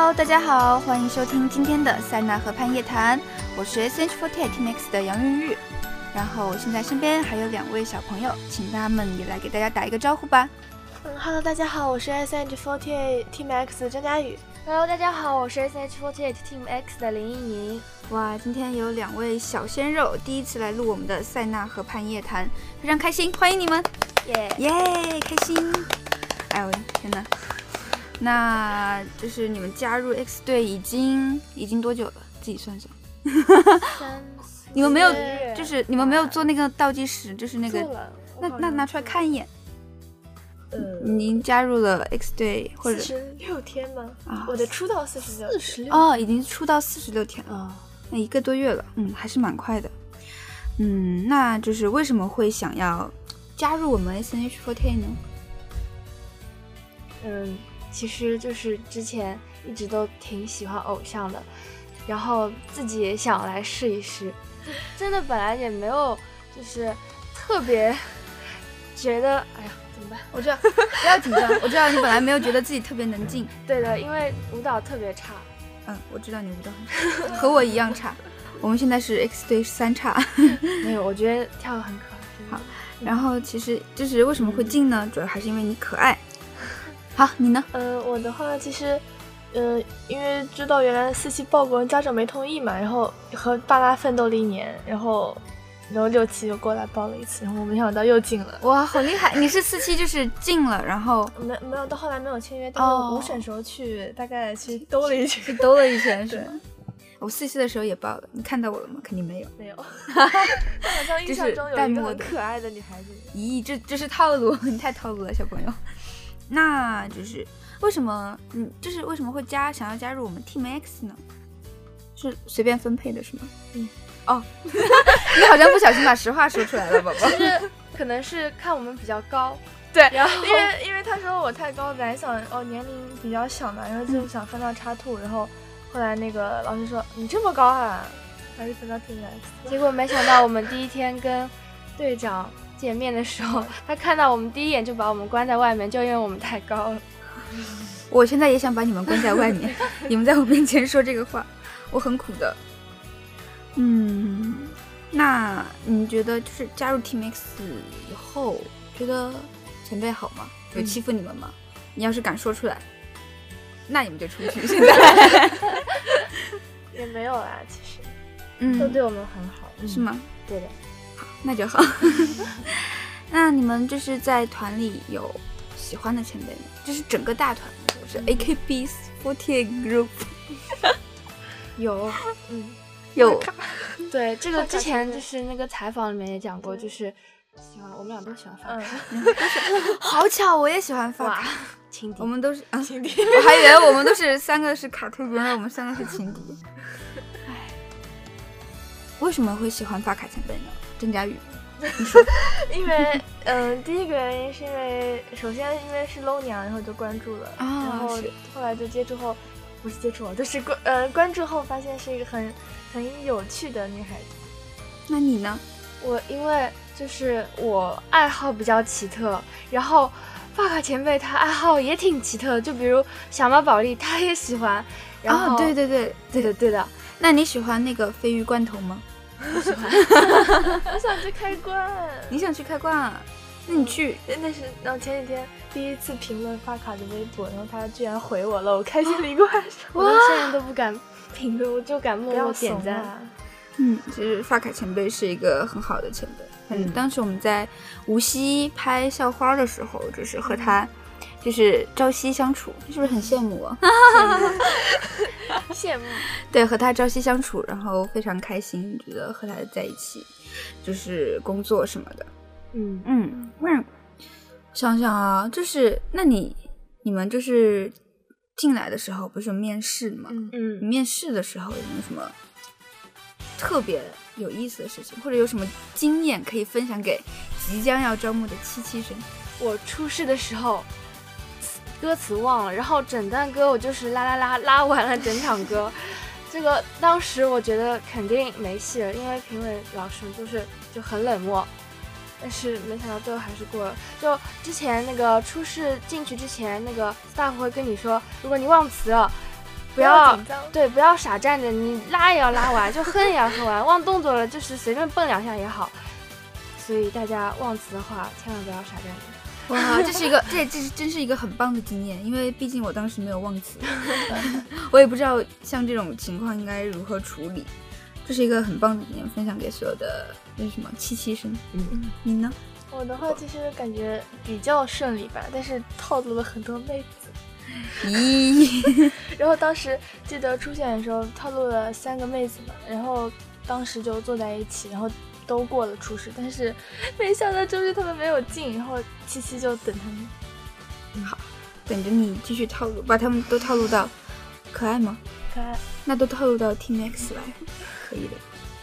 Hello， 大家好，欢迎收听今天的塞纳河畔夜谈，我是 SH48 Team X 的杨韵玉，然后我现在身边还有2位小朋友，请他们也来给大家打一个招呼吧。 Hello， 大家好，我是 SH48 Team X 的张佳宇。 Hello， 大家好，我是 SH48 Team X 的林依宁。 哇，今天有2位小鲜肉第一次来录我们的塞纳河畔夜谈，非常开心，欢迎你们！耶，开心！哎呦天哪！那就是你们加入 X 队已经多久了？自己算算。你们没有，就是你们没有做那个倒计时，就是那个，那拿出来看一眼。您加入了 X 队或者 46天吗？我的出道46 哦，已经出道46天了，那1个多月了，还是蛮快的。那就是为什么会想要加入我们 SH48 呢？ 其实就是之前一直都挺喜欢偶像的，然后自己也想来试一试，真的本来也没有就是特别觉得哎呀怎么办， 我知道不要紧张，我知道你本来没有觉得自己特别能进。 对的，因为舞蹈特别差。 我知道你舞蹈很差，和我一样差。我们现在是 X 队3差。 没有，我觉得跳得很可爱。 好，然后其实就是为什么会进呢？主要还是因为你可爱。好，你呢？ 我的话其实，因为知道原来4期报过，家长没同意嘛，然后和爸妈奋斗了1年，然后6期又过来报了1次，然后我没想到又进了。 哇，好厉害！你是4期就是进了，然后没有到后来没有签约，但是5审时候大概去兜了一圈， 兜了一圈是吗？我4期的时候也报了，你看到我了吗？肯定没有， 没有。好像印象中有一个很可爱的女孩子。 咦，这是套路，你太套路了，小朋友。那就是为什么就是为什么会想要加入我们 Team X 呢？是随便分配的是吗？你好像不小心把实话说出来了，宝宝。 就是可能是看我们比较高， 对， 然后因为他说我太高，本来想年龄比较小嘛，然后就想分到叉兔，然后后来那个老师说你这么高啊，还是分到 Team X。 结果没想到我们第一天跟队长见面的时候，他看到我们第一眼就把我们关在外面，就因为我们太高了。 我现在也想把你们关在外面，你们在我面前说这个话，我很苦的。那你觉得就是加入 Team X 以后，觉得前辈好吗？有欺负你们吗？你要是敢说出来，那你们就出去。现在也没有啦，其实， 都对我们很好， 是吗？ 对的。 好，那就好。那你们就是在团里有喜欢的前辈吗？就是整个大团，就是 AKB48 group。 有， 有。 对，这个之前就是那个采访里面也讲过，就是喜欢我们俩都喜欢发卡。 好巧，我也喜欢发卡。 情敌， 我们都是情敌。 我还以为我们都是3个是卡特，原来我们3个是情敌。为什么会喜欢发卡前辈呢？郑佳宇，你说。 因为第一个原因是因为首先因为是 low 娘，然后就关注了，然后后来就接触后，不是接触我，就是关注后发现是一个很有趣的女孩子。 那你呢？ 我因为就是我爱好比较奇特，然后发卡前辈他爱好也挺奇特，就比如小猫宝莉他也喜欢，然后对的。 那你喜欢那个鲱鱼罐头吗？ 不喜欢。 我想去开罐。 你想去开罐啊？那你去。 那是前几天第一次评论发卡的微博，然后他居然回我了，我开心了1个晚上。 我到现在都不敢评论，我就敢默默点赞。 其实发卡前辈是一个很好的前辈。当时我们在无锡拍校花的时候，就是和他就是朝夕相处，是不是很羡慕啊？ 羡慕。 对，和他朝夕相处，然后非常开心，觉得和他在一起就是工作什么的。想想啊，就是那你们就是进来的时候不是有面试吗？你面试的时候有没有什么特别有意思的事情，或者有什么经验可以分享给即将要招募的77生？ 我初试的时候歌词忘了，然后整段歌我就是拉完了整场歌。这个当时我觉得肯定没戏了，因为评委老师就很冷漠，但是没想到最后还是过了。就之前那个初试进去之前，那个 staff 会跟你说，如果你忘词了， 不要对，不要傻站着，你拉也要拉完，就哼也要哼完，忘动作了就是随便蹦2下也好。所以大家忘词的话，千万不要傻站着。 哇，这是真是一个很棒的经验，因为毕竟我当时没有忘词，我也不知道像这种情况应该如何处理。这是一个很棒的经验，分享给所有的那什么77生。你呢？ 我的话其实感觉比较顺利吧，但是套路了很多妹子。 咦， 然后当时记得初选的时候套路了3个妹子嘛，然后当时就坐在一起，然后都过了初试，但是没想到就是他们没有进，然后77就等他们。 好，等着你继续套路，把他们都套路到可爱吗？ 可爱， 那都套路到 Team X 来，可以的。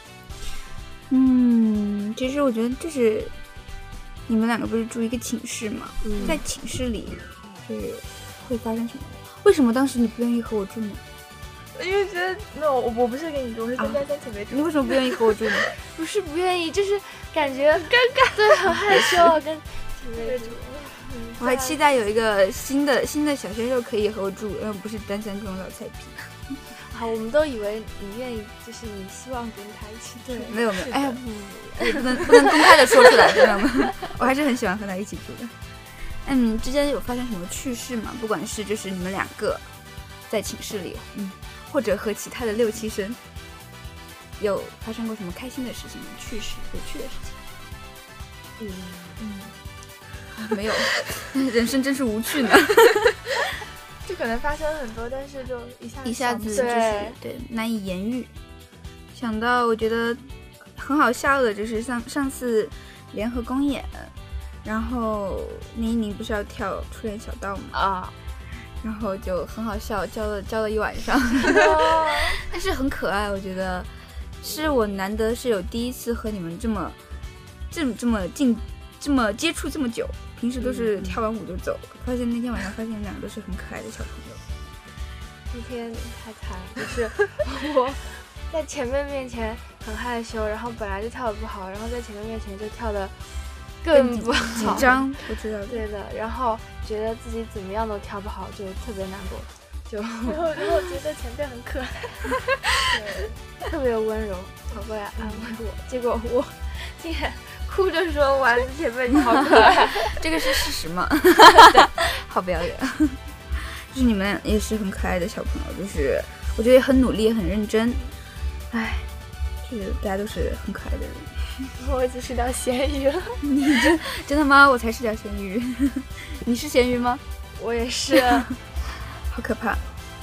其实我觉得就是你们2个不是住一个寝室嘛，在寝室里就是会发生什么？为什么当时你不愿意和我住呢？ 因为觉得没有，我不是跟你住，我是跟3前辈住。 你为什么不愿意和我住呢？ 不是不愿意，就是感觉尴尬，对，很害羞啊，跟前辈住。 我还期待有一个新的小鲜肉可以和我住，不是单3这种老菜皮。 好，我们都以为你愿意，就是你希望跟他一起住。 没有，哎呀不，也不能公开的说出来，知道吗？我还是很喜欢和他一起住的。那你们之间有发生什么趣事吗？不管是就是你们2个在寝室里，或者和其他的6、7生有发生过什么开心的事情、趣事、有趣的事情？没有，人生真是无趣呢。 就可能发生很多，但是就一下子就是对难以言喻。想到我觉得很好笑的，就是上次联合公演，然后宁不是要跳初恋小道吗？然后就很好笑，教了一晚上，但是很可爱。我觉得是我难得是有第一次和你们这么近，这么接触这么久。平时都是跳完舞就走，发现那天晚上发现2个都是很可爱的小朋友。 那天太惨了，就是我在前辈面前很害羞，然后本来就跳得不好，然后在前辈面前就跳得更不好， 紧张，我知道的。 对的，然后觉得自己怎么样都跳不好，就特别难过， 然后觉得前辈很可爱， 对，特别温柔，跑过来安慰我，结果我竟然哭着说丸子前辈你好可爱。 这个是事实吗？好不要脸。就是你们也是很可爱的小朋友，就是我觉得也很努力也很认真，就是大家都是很可爱的人。 我只是条咸鱼了。 你真的吗？我才是条咸鱼。你是咸鱼吗？ 我也是。 好可怕。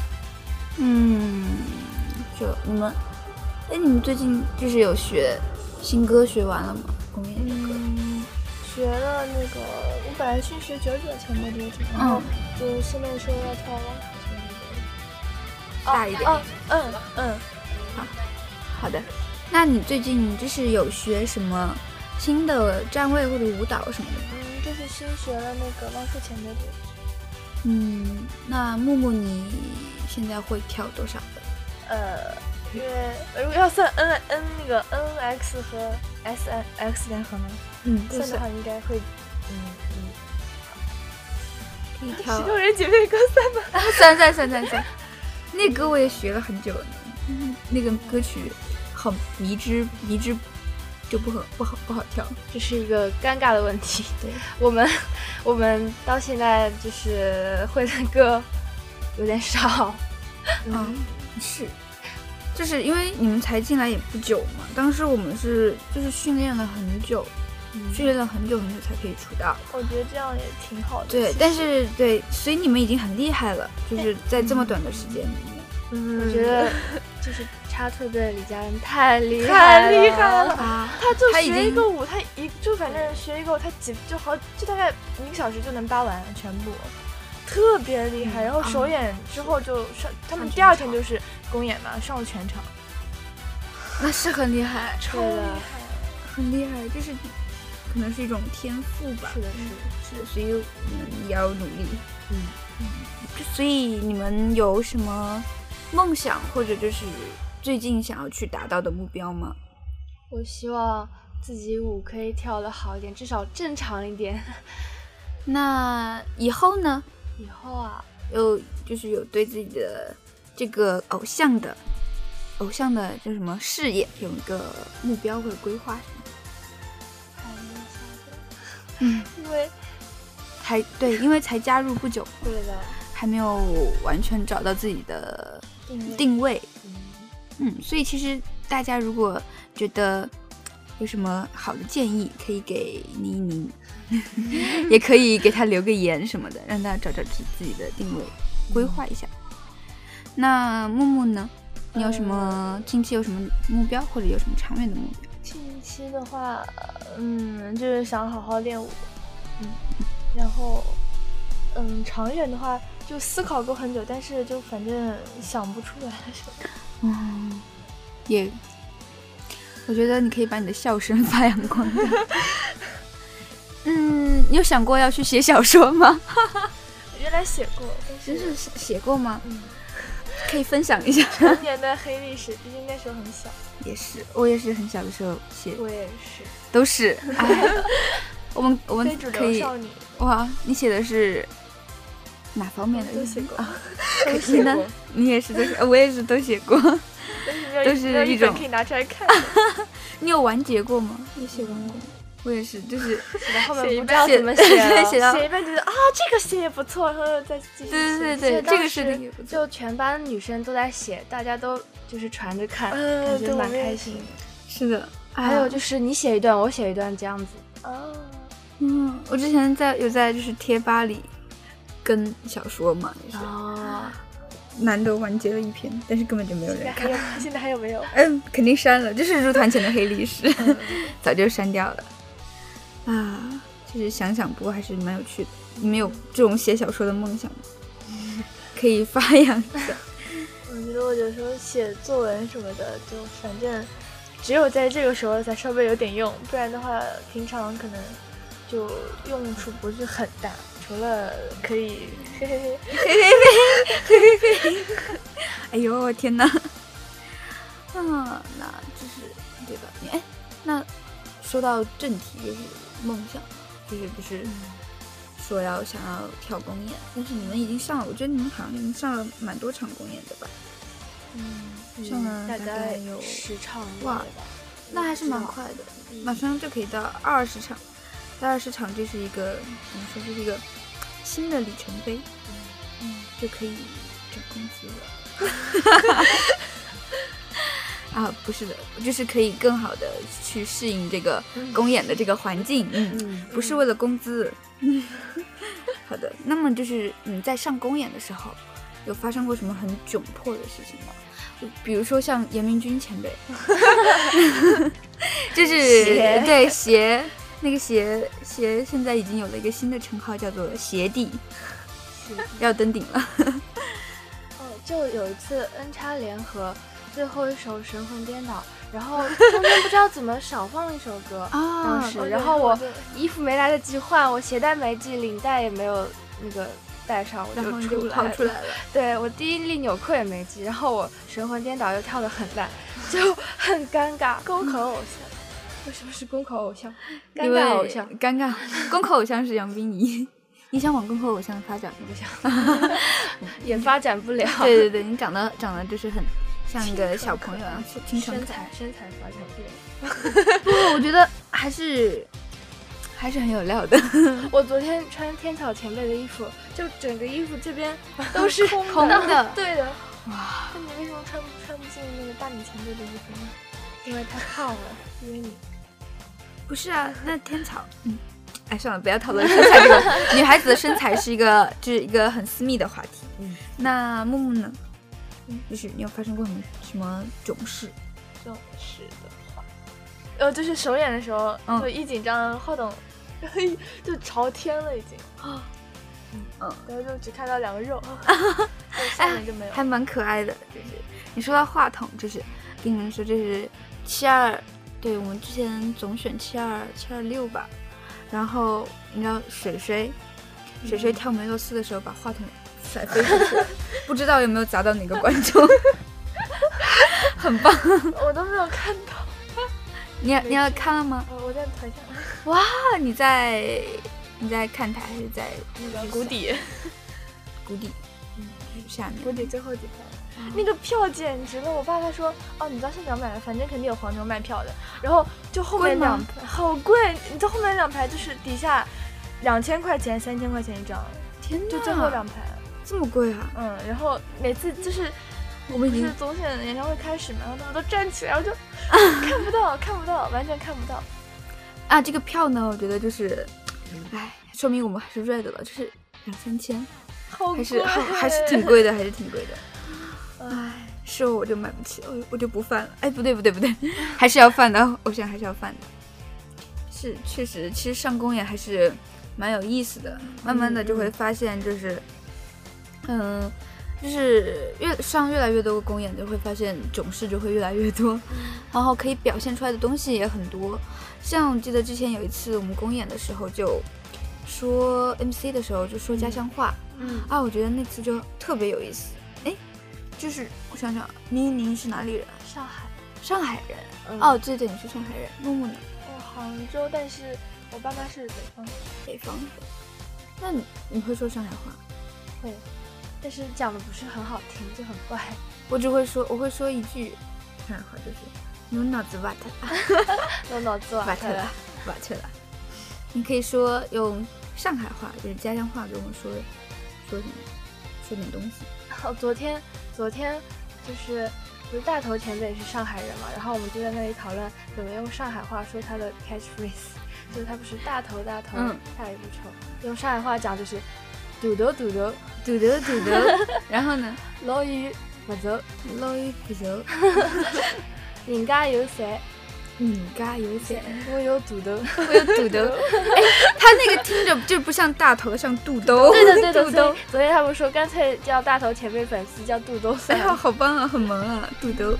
就你们最近就是有学新歌学完了吗？公演的歌。 学了那个，我本来去学9前辈的，然后就师妹说要跳王前辈的。 大一点。好的。那你最近就是有学什么新的站位或者舞蹈什么的吗？ 就是新学了那个汪树前辈的。 那木木你现在会跳多少的？ 因为如果要算 N 那个 NX 和 SX 联合呢？算的话应该会可以跳 16人姐妹歌算吧。算。那歌我也学了很久了，那个歌曲好迷之，就不好跳。 这是一个尴尬的问题。 对， 我们到现在就是会的歌有点少。 是，就是因为你们才进来也不久嘛，当时我们是就是训练了很久才可以出道。 我觉得这样也挺好的。 对，但是对，所以你们已经很厉害了，就是在这么短的时间里面。 我觉得就是插兔队李佳恩太厉害了他就学一个舞，就反正学一个舞，他就大概1个小时就能扒完全部，特别厉害。然后首演之后就上，他们第2天就是公演嘛，上了全场。 那是很厉害， 超厉害， 很厉害，就是可能是一种天赋吧。 是的， 所以我们也要努力。所以你们有什么梦想或者就是最近想要去达到的目标吗？ 我希望自己舞可以跳得好一点，至少正常一点。 那以后呢？ 以后啊， 有对自己的这个偶像的叫什么事业有一个目标或者规划什么的？因为才加入不久， 对的， 还没有完全找到自己的定位。所以其实大家如果觉得有什么好的建议，可以给倪妮也可以给他留个言什么的，让他找自己的定位，规划一下。那木木呢？你有什么近期有什么目标，或者有什么长远的目标？ 近期的话，就是想好好练舞，然后，长远的话就思考过很久，但是就反正想不出来什么。 我觉得你可以把你的笑声发扬光大。你有想过要去写小说吗？ 原来写过， 真是写过吗？可以分享一下。 童年的黑历史，毕竟那时候很小。 也是，我也是很小的时候写。 我也是， 都是。我们非主流少女。 哇，你写的是哪方面的？ 都写过。 都写过。你也是都写，我也是都写过。都是一种可以拿出来看。 你有完结过吗？你写完过吗？我也是，就是写到后面不知道怎么写写一半觉得这个写也不错，然后再继续写。对，这个是就全班女生都在写，大家都就是传着看，感觉蛮开心。 是的， 还有就是你写一段，我写一段这样子。 我之前有在就是贴吧里跟小说嘛，也是。难得完结了一篇，但是根本就没有人看。 现在还有没有？ 肯定删了，这是入团前的黑历史，早就删掉了。就是想想，不过还是蛮有趣的。你们有这种写小说的梦想吗？可以发扬一下。 我觉得我有时候写作文什么的，就反正只有在这个时候才稍微有点用，不然的话，平常可能就用处不是很大。除了可以哎呦天哪！那就是对吧？那说到正题，就是梦想，就是不是说想要跳公演，但是你们已经上了，我觉得你们好像已经上了蛮多场公演的吧？上了大概有 10场。 哇，那还是蛮快的，马上就可以到20场。到20场，这是一个怎么说？这是一个新的里程碑，就可以涨工资了。不是的，就是可以更好的去适应这个公演的这个环境，不是为了工资。好的，那么就是你在上公演的时候，有发生过什么很窘迫的事情吗？比如说像严明君前辈，就是对鞋。那个鞋现在已经有了一个新的称号，叫做鞋帝，要登顶了。 就有一次 N 叉联合最后一首《神魂颠倒》，然后中间不知道怎么少放了一首歌，当时，然后我衣服没来得及换，我鞋带没系，领带也没有那个带上，我就跑出来了。 对，我第一粒纽扣也没系，然后我《神魂颠倒》又跳得很烂，就很尴尬。 宫口偶像。 为什么是宫口偶像？尴尬偶像， 尴尬。宫口偶像是杨冰怡，你想往宫口偶像发展不想？ 也发展不了。 对，你长得就是很像一个小朋友啊，清纯可爱， 身材发展不了。 不，我觉得还是很有料的。 我昨天穿天草前辈的衣服，就整个衣服这边都是空的。 对的。 哇， 那你为什么穿不进那个大米前辈的衣服呢？ 因为太胖了， 因为你不是啊，那天草，算了，不要讨论身材这个。女孩子的身材是一个很私密的话题。那木木呢？就是你有发生过什么囧事？ 囧事的话，就是首演的时候，就一紧张，话筒就朝天了已经。然后就只看到2个肉，下面就没有。 还蛮可爱的，就是你说到话筒，就是跟你们说，这是72，对，我们之前总选72726吧。然后你知道水水跳梅洛斯的时候把话筒甩飞出去，不知道有没有砸到哪个观众。很棒， 我都没有看到。 你要看了吗？ 我在台上。 哇，你在看台还是在那个谷底？ 谷底， 下面谷底最后几排，那个票简直了！我爸他说，哦，你到现场买了，反正肯定有黄牛卖票的。然后就后面2排好贵，你到后面2排就是底下2000块钱、3000块钱一张， 天哪！ 就最后2排这么贵啊？ 然后每次就是我们不是总选演唱会开始嘛，然后他们都站起来，然后就看不到，完全看不到。 啊，这个票呢，我觉得就是，说明我们还是 red 了，就是2-3千。还是挺贵的，是我就买不起，我就不犯了。不对，还是要犯的，偶像还是要犯的。是，确实，其实上公演还是蛮有意思的。慢慢的就会发现，就是，就是上越来越多的公演，就会发现囧事就会越来越多，然后可以表现出来的东西也很多。像我记得之前有一次我们公演的时候就。说 MC 的时候就说家乡话，我觉得那次就特别有意思。就是我想想，您是哪里人？上海人。对，你是上海人。木木呢？ 我杭州，但是我爸妈是北方的。 那你会说上海话？ 会，但是讲的不是很好听，就很怪。 我会说一句上海话，就是我脑子瓦特了，我脑子瓦特了。 你可以说用上海话，就是家乡话，跟我说什么，说点东西。 昨天就是不是大头前辈是上海人嘛，然后我们就在那里讨论怎么用上海话说他的 catchphrase， 就是他不是大头大也不丑，用上海话讲就是堵兜， 然后呢， 老鱼不走，人家有伞。我有肚兜。 他那个听着就不像大头，像肚兜。 对的。昨天他们说干脆叫大头前辈粉丝叫肚兜算了。 好棒啊，很萌啊，肚兜。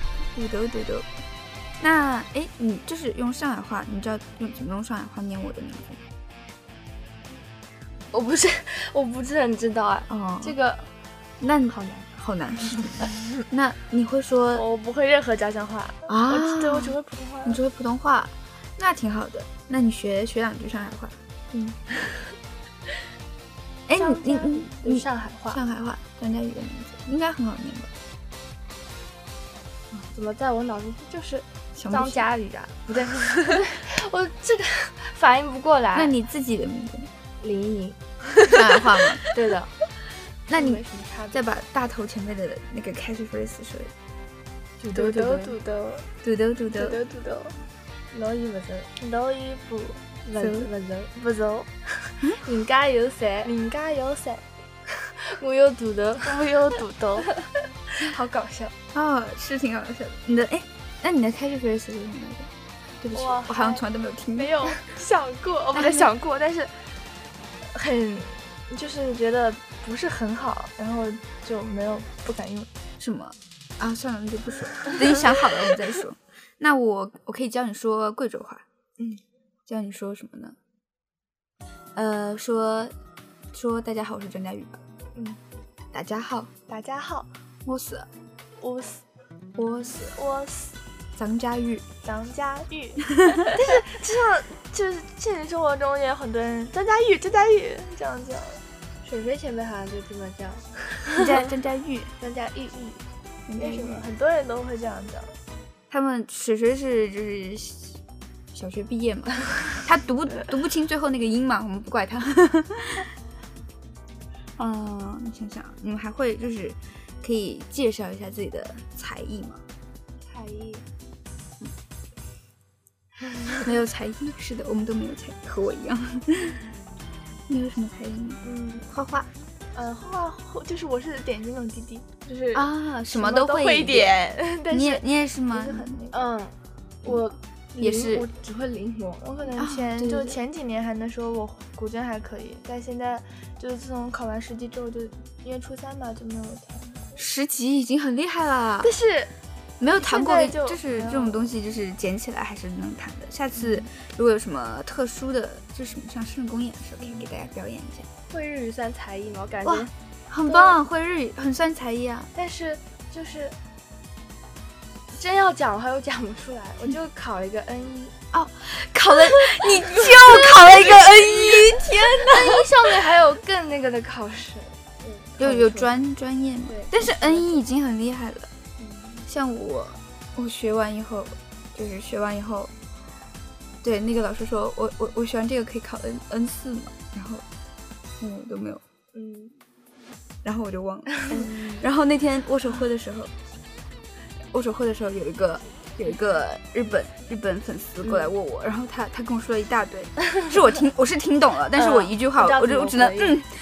那你就是用上海话，你知道怎么用上海话念我的名字吗？我不是很知道啊。这个那好难。那你会说？ 我不会任何家乡话啊，我只会普通话。 你只会普通话，那挺好的。那你学2句上海话。 你上海话， 张嘉译的名字应该很好念吧？ 怎么在我脑子就是张嘉译啊？不对，我这个反应不过来。 那你自己的名字？ 林依莹， 上海话吗？ 对的。 那你再把大头前辈的那个catchphrase说一遍。肚兜， 老鱼不走，人家有伞，我有肚兜， 好搞笑是挺搞笑的。你的那你的 catchphrase 是什么来着？对不起，我好像从来都没有听过。 没有想过，不是想过，但是就是觉得不是很好，然后就不敢用。 什么啊？算了，那就不说。等你想好了我们再说。那我可以教你说贵州话。教你说什么呢？说大家好，我是张嘉译吧。大家好，我是张嘉译。 但是就是现实生活中也有很多人张嘉译这样讲。 水水前辈好像就这么叫， 张嘉译。 为什么很多人都会这样讲？ 他们水水是就是小学毕业嘛，他读不清最后那个音嘛，我们不怪他。你想想，你们还会就是可以介绍一下自己的才艺吗？ 才艺。 没有才艺，是的，我们都没有才艺，和我一样。你有什么才艺吗？画画。 画画就是我是典型那种弟弟，就是什么都会一点。 但是你也是吗？ 我也是，我只会临摹。 我可能前几年还能说我古筝还可以，但现在就是自从考完10级之后，就因为初3嘛就没有弹。 10级已经很厉害了， 但是没有弹过的，就是这种东西，就是捡起来还是能弹的。下次如果有什么特殊的，就是像生日公演的时候，可以给大家表演一下。 会日语算才艺吗？我感觉很棒，会日语很算才艺啊。 但是就是真要讲的话又讲不出来，我就考了一个 N1。 你就考了一个 N1，天哪！ N1 上面还有更那个的考试。 有专业嘛。 对， 但是 N1 已经很厉害了。像我学完以后，对那个老师说我学完这个可以考 N4 嘛，然后都没有，然后我就忘了。然后那天握手会的时候有一个日本粉丝过来问我，然后他跟我说了一大堆，我是听懂了，但是我一句话我只能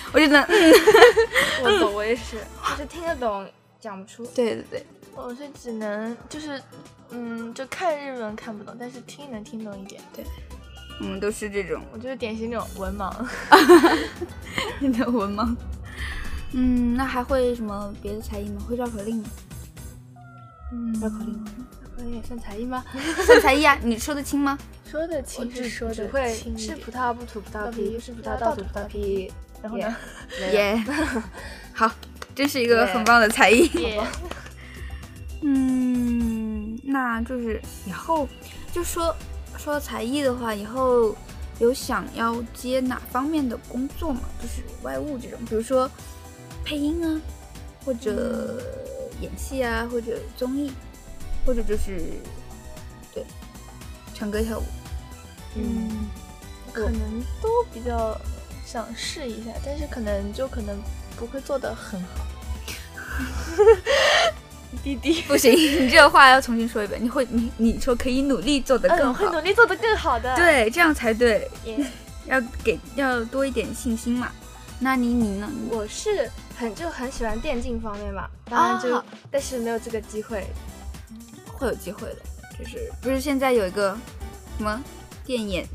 我懂，我也是，就是听得懂讲不出。 对， 我是只能就是就看日文看不懂，但是听能听懂一点。 对，我们都是这种， 我就是典型那种文盲。 你的文盲。那还会什么别的才艺吗？会绕口令吗？绕口令吗？ 也算才艺吗？ 算才艺啊！你说得清吗？ 说的清是说的会清， 是葡萄不吐葡萄皮，不是葡萄倒吐葡萄皮。 然后呢？ 耶，好，真是一个很棒的才艺。那就是以后就说才艺的话，以后有想要接哪方面的工作吗？就是外务这种，比如说配音啊，或者演戏啊，或者综艺，或者就是对唱歌跳舞。 可能都比较想试一下，但是可能不会做得很好。弟弟不行，你这个话要重新说一遍。你说可以努力做得更好， 会努力做得更好的。 对，这样才对。要多一点信心嘛。那你呢？ 我是很喜欢电竞方面嘛，当然但是没有这个机会。 会有机会的，就是不是现在有一个什么电眼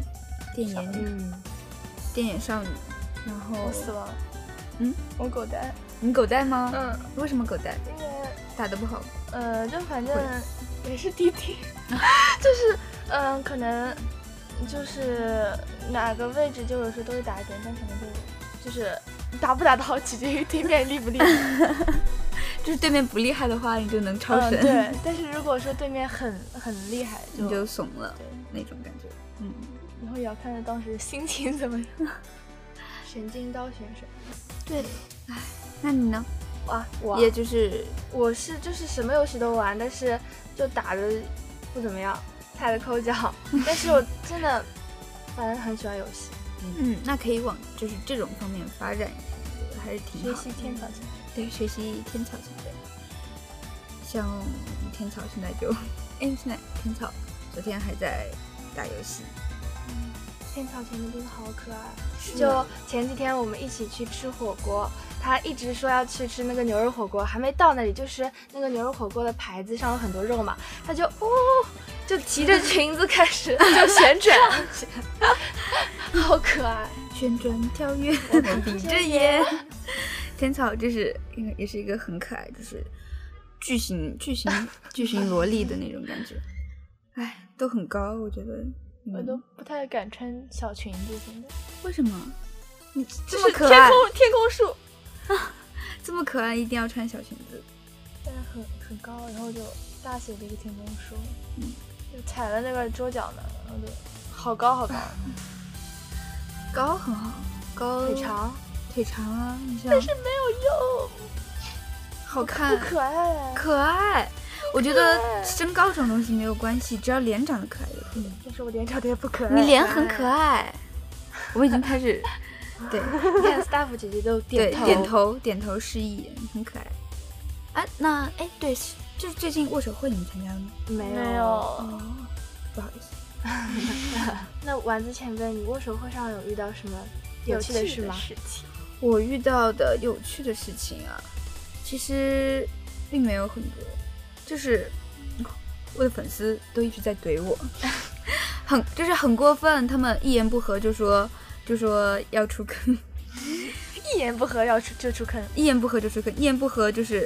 少女，然后我死了。我狗带。 你狗带吗？为什么狗带？ 因为打得不好。 就反正也是弟弟，就是可能就是哪个位置就有时候都会打一点，但可能就是打不打得好取决于对面厉不厉害。 就是对面不厉害的话，你就能超神。 对，但是如果说对面很厉害， 你就怂了，那种感觉。 然后也要看当时心情怎么样。 神经刀选手。 对，那你呢？ 我也就是我是什么游戏都玩，但是就打的不怎么样，菜的抠脚。但是我真的反正很喜欢游戏。 那可以往就是这种方面发展一下，我觉得还是挺好。 学习天草现在。 对，学习天草现在。像天草现在现在天草昨天还在打游戏。 天草前面真的好可爱。就前几天我们一起去吃火锅，他一直说要去吃那个牛肉火锅，还没到那里，就是那个牛肉火锅的牌子上有很多肉嘛，他就提着裙子开始就旋转，好可爱， 旋转跳跃，我闭着眼。天草就是也是一个很可爱，就是巨型萝莉的那种感觉。都很高，我觉得。 我都不太敢穿小裙子，现在。 为什么？你这么可爱， 天空树这么可爱，一定要穿小裙子。 但是很高，然后就大写的一个天空树，就踩了那个桌角呢，然后就好高好高。 高很好，高腿长啊， 但是没有用。 好看， 不可爱啊， 可爱。我觉得身高这种东西没有关系，只要脸长得可爱就可以。 但是我脸长得也不可爱。 你脸很可爱，我已经开始对， 你看 staff 姐姐都点头示意，很可爱。那对，就是最近握手会你们参加了吗？ 没有， 不好意思。 那丸子前辈，你握手会上有遇到什么有趣的事吗？ 我遇到的有趣的事情啊，其实并没有很多。就是我的粉丝都一直在怼我，很过分，他们一言不合就说要出坑， 一言不合就出坑， 一言不合就是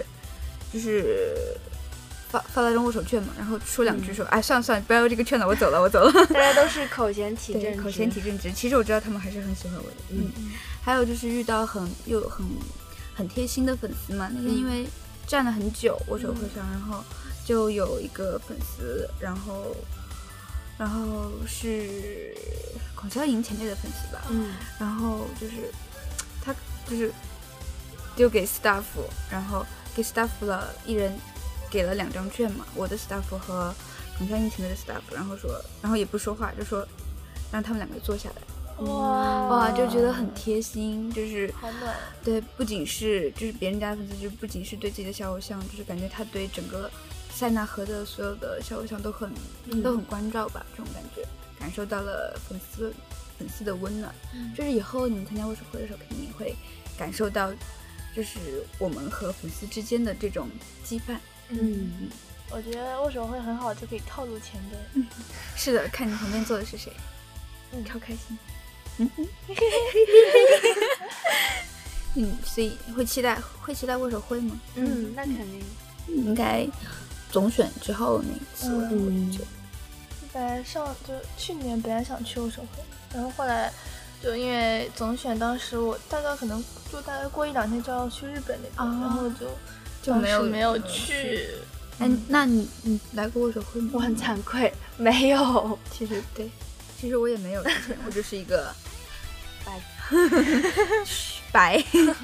发了张握手券嘛，然后说两句说算了，不要用这个券了，我走了。 大家都是口嫌体正直， 其实我知道他们还是很喜欢我的。还有就是遇到很贴心的粉丝嘛，那天因为站了很久握手会上，然后就有一个粉丝，然后是孔霄莹前辈的粉丝吧，然后就是他就是丢给 staff， 然后给 staff 了，一人给了2张券嘛，我的 staff 和横山一晴的 staff， 然后也不说话，就说让他们2个坐下来。哇，就觉得很贴心，就是好暖。 对，不仅是就是别人家的粉丝，就不仅是对自己的小偶像，就是感觉他对整个塞纳河的所有的小偶像都很关照吧，这种感觉，感受到了粉丝的温暖。就是以后你们参加握手会的时候，肯定也会感受到，就是我们和粉丝之间的这种羁绊。 我觉得握手会很好，就可以套路前辈。 是的，看你旁边坐的是谁，超开心。所以会期待握手会吗？ 那肯定。 应该总选之后那一次我就本来去年本来想去握手会，然后后来就因为总选，当时我大概过1-2天就要去日本那边，然后就没有去。 那你来过握手会吗？ 我很惭愧，没有。 其实我也没有，之前我就是一个白。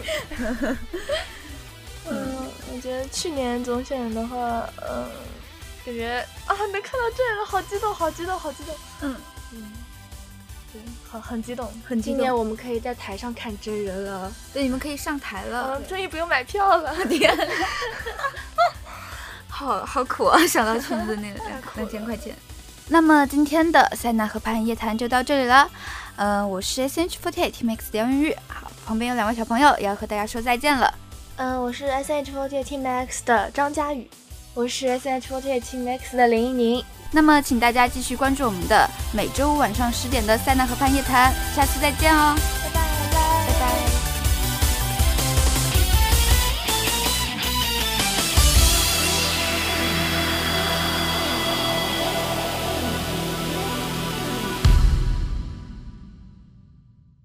我觉得去年总选的话，感觉能看到这了，好激动。对，很激动。 今年我们可以在台上看真人了。 对，你们可以上台了。 终于不用买票了。 天，好苦啊！想到去年的那2000块钱。那么今天的塞纳河畔夜谈就到这里了。我是 SH48 Team X 的姚云玉。好，旁边有2位小朋友要和大家说再见了。 我是 SH48 Team X 的张佳宇。 我是 SH48 Team X 的林依宁。 那么请大家继续关注我们的每周五晚上10点的塞纳河畔夜谈，下次再见哦。